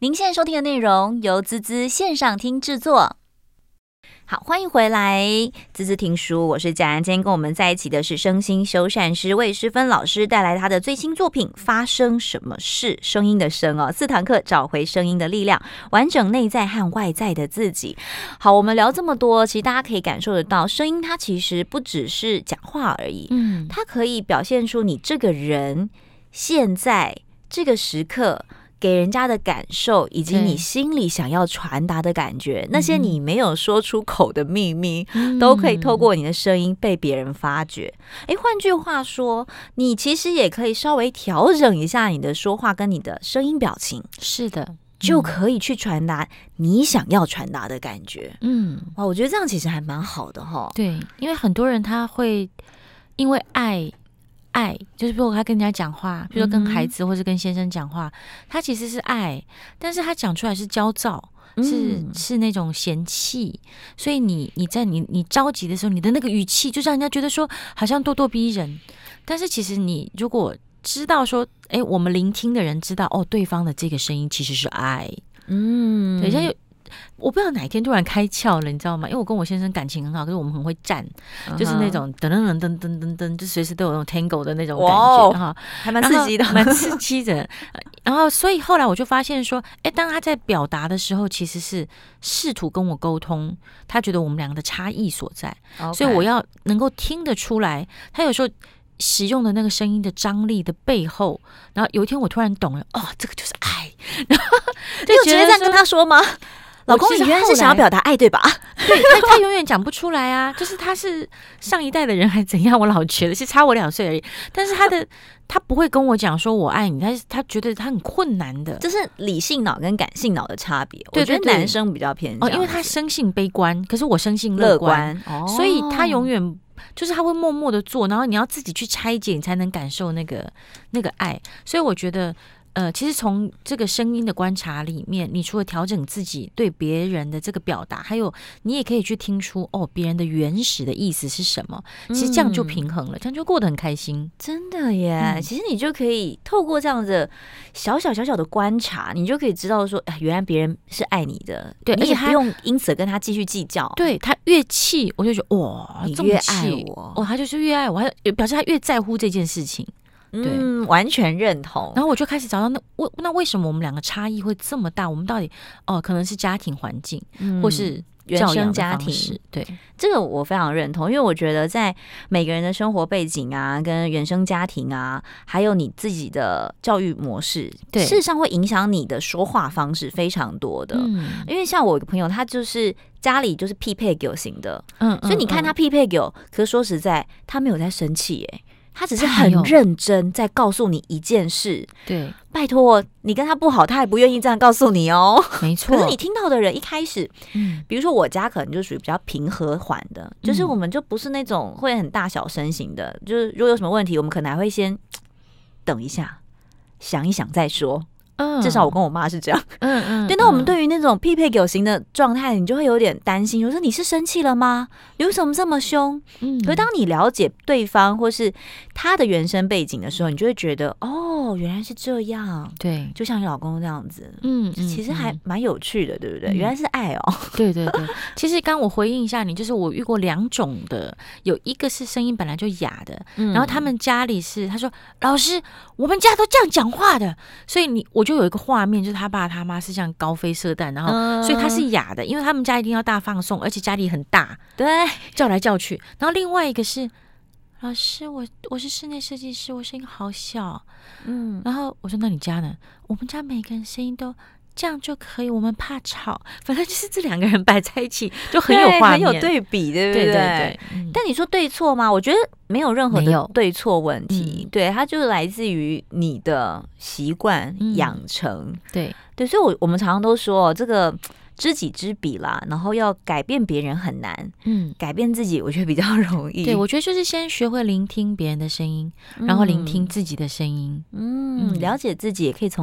您现在收听的内容由滋滋线上听制作。好，欢迎回来，滋滋听书，我是佳安。今天跟我们在一起的是声心修缮师魏诗芬老师，带来他的最新作品《发生什么事》，声音的声哦，4堂课找回声音的力量，完整内在和外在的自己。好，我们聊这么多，其实大家可以感受得到，声音它其实不只是讲话而已，它可以表现出你这个人现在这个时刻给人家的感受，以及你心里想要传达的感觉，那些你没有说出口的秘密，都可以透过你的声音被别人发觉。换句话说，你其实也可以稍微调整一下你的说话跟你的声音表情， 是的， 就可以去传达你想要传达的感觉。哇，我觉得这样其实还蛮好的哈。 对，因为很多人他会因为爱，就是比如他跟人家讲话，比如说跟孩子或是跟先生讲话，他其实是爱，但是他讲出来是焦躁，是那种嫌弃，所以你在你着急的时候，你的那个语气就让人家觉得说好像咄咄逼人。但是其实你如果知道说，我们聆听的人知道对方的这个声音其实是爱，对，像我不知道哪一天突然开窍了，你知道吗？因为我跟我先生感情很好，可是我们很会站，就是那种噔噔噔噔噔噔，就随时都有那种 tango 的那种感觉哈， 还蛮刺激的， 蛮刺激的。然后，所以后来我就发现说，当他在表达的时候，其实是试图跟我沟通，他觉得我们两个的差异所在，所以我要能够听得出来，他有时候使用的那个声音的张力的背后，然后有一天我突然懂了，这个就是爱，然后就直接这样跟他说吗？老公，你原来是想要表达爱对吧？ 对，他永远讲不出来啊，就是他是上一代的人还怎样，我老觉得是差我2岁而已。但是他不会跟我讲说我爱你，他觉得他很困难的， 这是理性脑跟感性脑的差别。 对， 我觉得男生比较偏向因为他生性悲观，可是我生性乐观，所以他永远就是他会默默的做，然后你要自己去拆解，你才能感受那个爱。所以我觉得。其实从这个声音的观察里面，你除了调整自己对别人的这个表达，还有你也可以去听出别人的原始的意思是什么。其实这样就平衡了，这样就过得很开心。 真的耶！其实你就可以透过这样的小小的观察，你就可以知道说，原来别人是爱你的， 对， 你也不用因此跟他继续计较。 对，他越气，我就觉得哇， 你越爱我， 他就是越爱我，还表示他越在乎这件事情。对， 完全认同。 然后我就开始找到那为什么我们两个差异会这么大？我们到底可能是家庭环境，或是原生家庭。 对， 这个我非常认同，因为我觉得在每个人的生活背景啊，跟原生家庭啊，还有你自己的教育模式， 对， 事实上会影响你的说话方式非常多的。因为像我有个朋友，他就是家里就是匹配狗型的，所以你看他匹配狗，可是说实在，他没有在生气他只是很认真在告诉你一件事。 对， 拜托，你跟他不好，他也不愿意这样告诉你哦。 没错。 可是你听到的人一开始，比如说我家可能就属于比较平和缓的，就是我们就不是那种会很大小声型的，就是如果有什么问题，我们可能还会先等一下，想一想再说。至少我跟我妈是这样。对，那我们对于那种匹配狗型的状态，你就会有点担心，我说你是生气了吗？你为什么这么凶？可是当你了解对方或是他的原生背景的时候，你就会觉得原来是这样。 对， 就像你老公这样子，其实还蛮有趣的，对不对？原来是爱哦。 对对对，其实刚我回应一下你，就是我遇过2种的，有一个是声音本来就哑的，然后他们家里是他说老师，我们家都这样讲话的，所以我就有一个画面，就是他爸他妈是像高飞射弹，然后所以他是哑的，因为他们家一定要大放送，而且家里很大， 对， 叫来叫去。然后另外一个是老师，我是室内设计师，我声音好小，然后我说那你家呢？我们家每个人声音都这样就可以，我们怕吵，反正就是这2个人摆在一起就很有画面， 很有对比，对不对？ 对。 但你说对错吗？我觉得没有任何的对错问题，对，它就是来自于你的习惯养成，对，所以我们常常都说这个知己知彼啦，然后要改变别人很难，改变自己我觉得比较容易。 对，我觉得就是先学会聆听别人的声音，然后聆听自己的声音， 了解自己也可以从你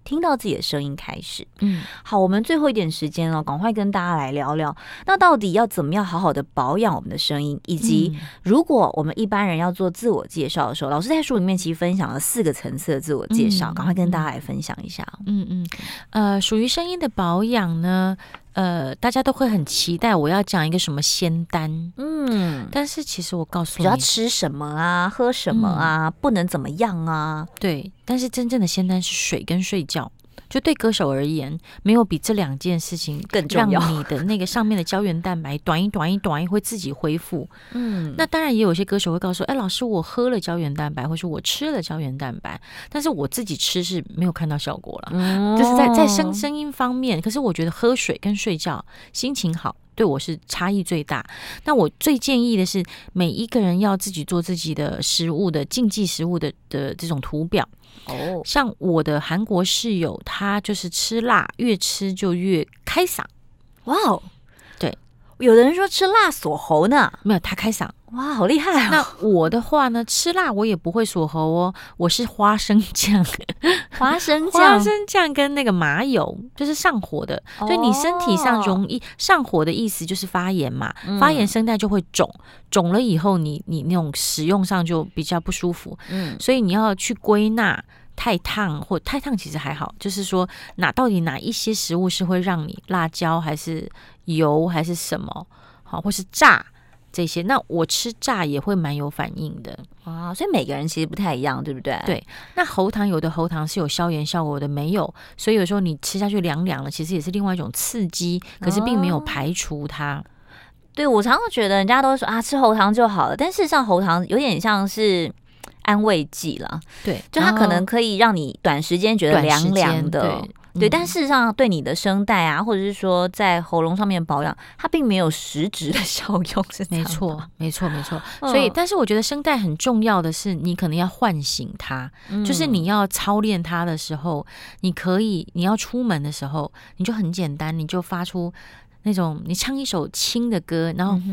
听到自己的声音开始。好，我们最后一点时间赶快跟大家来聊聊，那到底要怎么样好好的保养我们的声音，以及如果我们一般人要做自我介绍的时候，老师在书里面其实分享了4个层次的自我介绍，赶快跟大家来分享一下。 属于声音的保养呢，大家都会很期待我要讲一个什么仙丹，但是其实我告诉你， 要吃什么啊，喝什么啊，不能怎么样啊， 对，但是真正的仙丹是水跟睡觉。就对歌手而言，没有比这2件事情更重要， 让你的那个上面的胶原蛋白短一会自己恢复。那当然也有一些歌手会告诉我，老师我喝了胶原蛋白，或是我吃了胶原蛋白，但是我自己吃是没有看到效果了。就是在声音方面，可是我觉得喝水跟睡觉心情好对我是差异最大。那我最建议的是，每一个人要自己做自己的食物的禁忌食物的这种图表。像我的韩国室友，他就是吃辣，越吃就越开嗓。 哇哦， 对， 有的人说吃辣锁喉呢， 没有，他开嗓。 哇，好厉害那我的话呢，吃辣我也不会锁喉哦，我是花生酱，花生酱跟那个麻油，就是上火的，所以你身体上容易上火的意思就是发炎嘛，发炎声带就会肿了以后你那种使用上就比较不舒服，所以你要去归纳太烫或太烫其实还好，就是说到底哪一些食物是会让你辣椒还是油还是什么好，或是炸这些，那我吃炸也会蛮有反应的。 所以每个人其实不太一样，对不对？ 对，那喉糖有的喉糖是有消炎效果的，没有，所以有时候你吃下去凉了，其实也是另外一种刺激，可是并没有排除它。 对，我常常觉得人家都说吃喉糖就好了，但事实上喉糖有点像是安慰剂了， 对， 就它可能可以让你短时间觉得凉凉的。对，但事实上对你的声带啊，或者是说在喉咙上面保养，它并没有实质的效用，是这样吗？ 没错。所以，但是我觉得声带很重要的是，你可能要唤醒它，就是你要操练它的时候，你要出门的时候，你就很简单，你就发出那种你唱一首轻的歌，然后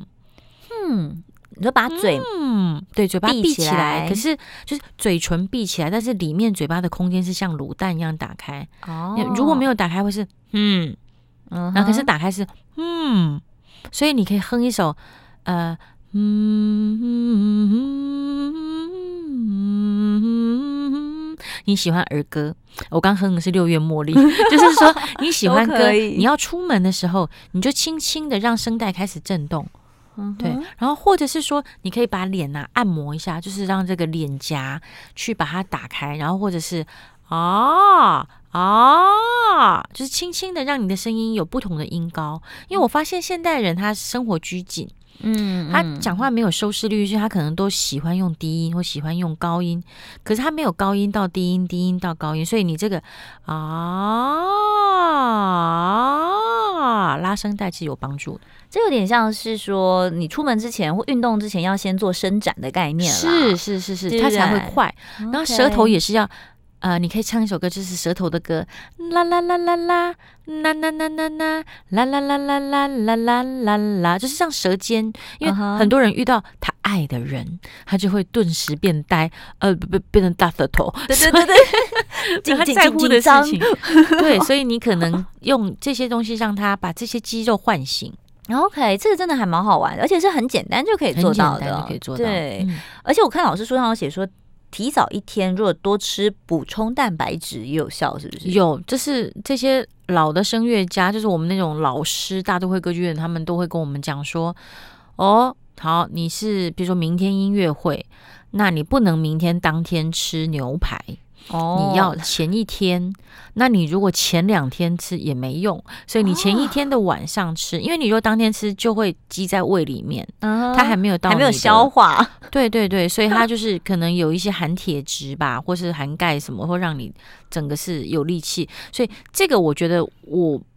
你就把嘴对，嘴巴闭起来，可是就是嘴唇闭起来，但是里面嘴巴的空间是像卤蛋一样打开。如果没有打开会是然后可是打开是所以你可以哼一首你喜欢儿歌，我刚哼的是6月茉莉，就是说你喜欢歌，你要出门的时候，你就轻轻的让声带开始震动。对，然后或者是说，你可以把脸按摩一下，就是让这个脸颊去把它打开，然后或者是就是轻轻的让你的声音有不同的音高。因为我发现现代人他生活拘谨，他讲话没有收视率，所以他可能都喜欢用低音或喜欢用高音，可是他没有高音到低音，低音到高音，所以你这个拉声带是有帮助的。 这有点像是说你出门之前或运动之前要先做伸展的概念啦， 是，它才会快。然后舌头也是要你可以唱一首歌，就是舌头的歌，啦啦啦啦啦，啦啦啦啦啦，啦啦啦啦啦啦啦啦啦，就是像舌尖，因为很多人遇到他爱的人，他就会顿时变呆，变成大舌头，对，他在乎的事情，对，所以你可能用这些东西让他把这些肌肉唤醒。 OK， 这个真的还蛮好玩的，而且是很简单就可以做到的，对，而且我看老师书上有写说，提早1天如果多吃补充蛋白质也有效，是不是？ 有，就是这些老的声乐家，就是我们那种老师，大都会歌剧院，他们都会跟我们讲说，好，你是比如说明天音乐会，那你不能明天当天吃牛排。你要前一天，那你如果前2天吃也没用，所以你前1天的晚上吃，因为你如果当天吃就会积在胃里面，它还没有到， 还没有消化， 对，所以它就是可能有一些含铁质吧，或是含钙什么，会让你整个是有力气。所以这个我觉得我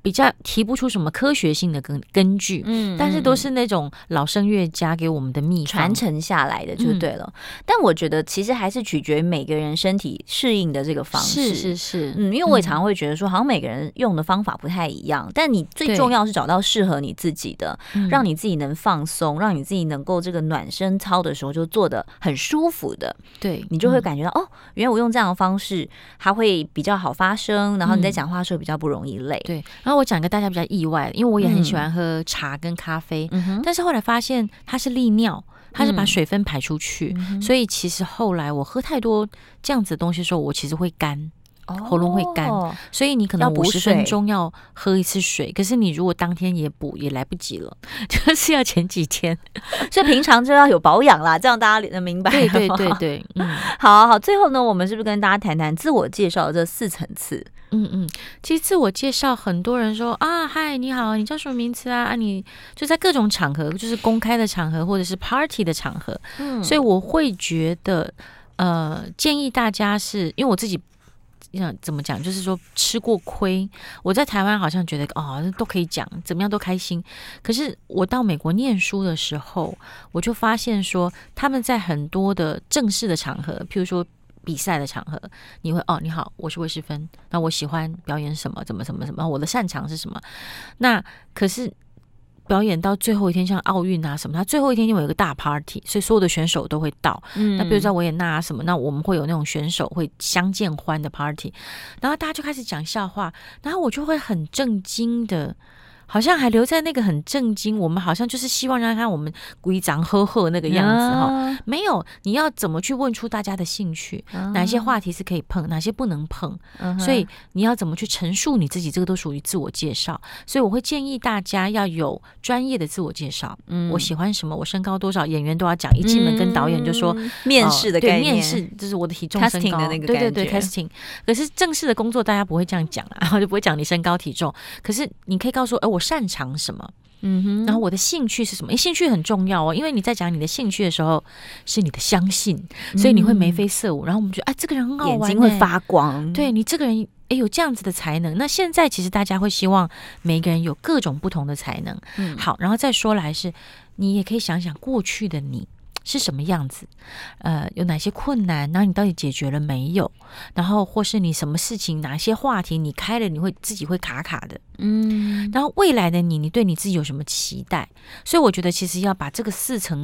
比较提不出什么科学性的根据，但是都是那种老声乐家给我们的秘方传承下来的就对了。但我觉得其实还是取决于每个人身体适应的这个方式， 是， 因为我也常常会觉得说，好像每个人用的方法不太一样，但你最重要是找到适合你自己的，让你自己能放松，让你自己能够这个暖身操的时候就做得很舒服的， 对， 你就会感觉到哦，原来我用这样的方式，它会比较好发声，然后你在讲话的时候比较不容易累。 对，然后我讲一个大家比较意外的，因为我也很喜欢喝茶跟咖啡，但是后来发现它是利尿，它是把水分排出去，所以其实后来我喝太多这样子的东西的时候，我其实会干。喉咙会干，所以你可能50分钟要喝一次水，可是你如果当天也补也来不及了，就是要前几天， 所以平常就要有保养啦，这样大家能明白。 对， 好，最后呢，我们是不是跟大家谈谈自我介绍的这4层次？ 其实自我介绍，很多人说啊，嗨，你好，你叫什么名字啊？你就在各种场合，就是公开的场合或者是 party 的场合，所以我会觉得，建议大家是因为我自己。怎么讲？就是说吃过亏，我在台湾好像觉得都可以讲，怎么样都开心。可是我到美国念书的时候，我就发现说他们在很多的正式的场合，譬如说比赛的场合，你会你好，我是魏诗芬，那我喜欢表演什么，怎么，我的擅长是什么？那可是。表演到最后一天，像奥运啊什么，它最后一天因为有一个大 party， 所以所有的选手都会到。那比如在维也纳啊什么，那我们会有那种选手会相见欢的 party， 然后大家就开始讲笑话，然后我就会很震惊的。好像还留在那个很震惊，我们好像就是希望让他看我们规章呵呵那个样子没有，你要怎么去问出大家的兴趣，哪些话题是可以碰，哪些不能碰，所以你要怎么去陈述你自己，这个都属于自我介绍。所以我会建议大家要有专业的自我介绍，我喜欢什么，我身高多少，演员都要讲，一进门跟导演就说面试的概念， 面试就是我的体重身高的那个感觉， 对 casting。可是正式的工作大家不会这样讲然后就不会讲你身高体重，可是你可以告诉我我擅长什么，然后我的兴趣是什么？兴趣很重要因为你在讲你的兴趣的时候，是你的相信，所以你会眉飞色舞，然后我们觉得这个人很好玩， 眼睛会发光， 对你这个人有这样子的才能。那现在其实大家会希望每个人有各种不同的才能，好，然后再说来是，你也可以想想过去的你是什么样子，有哪些困难，然后你到底解决了没有？然后或是你什么事情，哪些话题你开了，你会自己会卡卡的，然后未来的你对你自己有什么期待？所以我觉得其实要把这个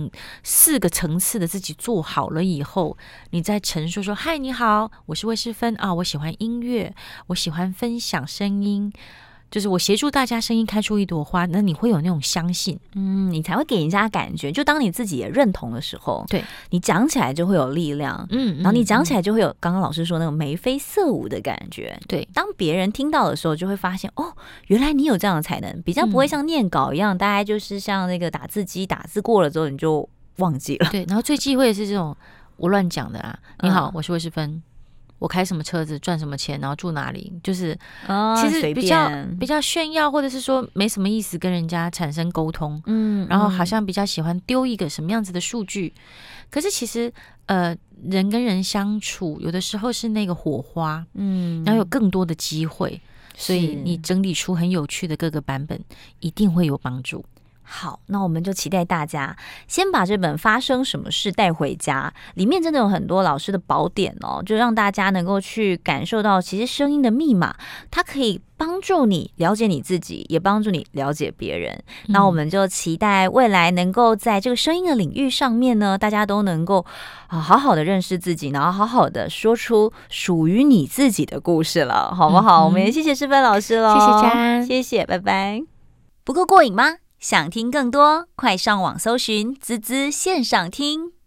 4个层次的自己做好了以后，你再陈述说，嗨，你好，我是魏诗芬我喜欢音乐，我喜欢分享声音。就是我协助大家声音开出一朵花，那你会有那种相信， 你才会给人家感觉。就当你自己也认同的时候， 对， 你讲起来就会有力量，然后你讲起来就会有刚刚老师说那种眉飞色舞的感觉。 对， 当别人听到的时候，就会发现原来你有这样的才能，比较不会像念稿一样，大概就是像那个打字机打字过了之后你就忘记了。 对，然后最忌讳的是这种我乱讲的啦。你好，我是魏诗芬。我开什么车子，赚什么钱，然后住哪里，就是其实比较炫耀，或者是说没什么意思跟人家产生沟通，然后好像比较喜欢丢一个什么样子的数据，可是其实人跟人相处有的时候是那个火花，然后有更多的机会，所以你整理出很有趣的各个版本，一定会有帮助。 好，那我们就期待大家先把这本《发生什么事》带回家，里面真的有很多老师的宝典就让大家能够去感受到，其实声音的密码，它可以帮助你了解你自己，也帮助你了解别人。那我们就期待未来能够在这个声音的领域上面呢，大家都能够好好的认识自己，然后好好的说出属于你自己的故事了，好不好？我们也谢谢诗芬老师了， 谢谢嘉安， 谢谢，拜拜。不够过瘾吗？想听更多，快上网搜寻滋滋线上听。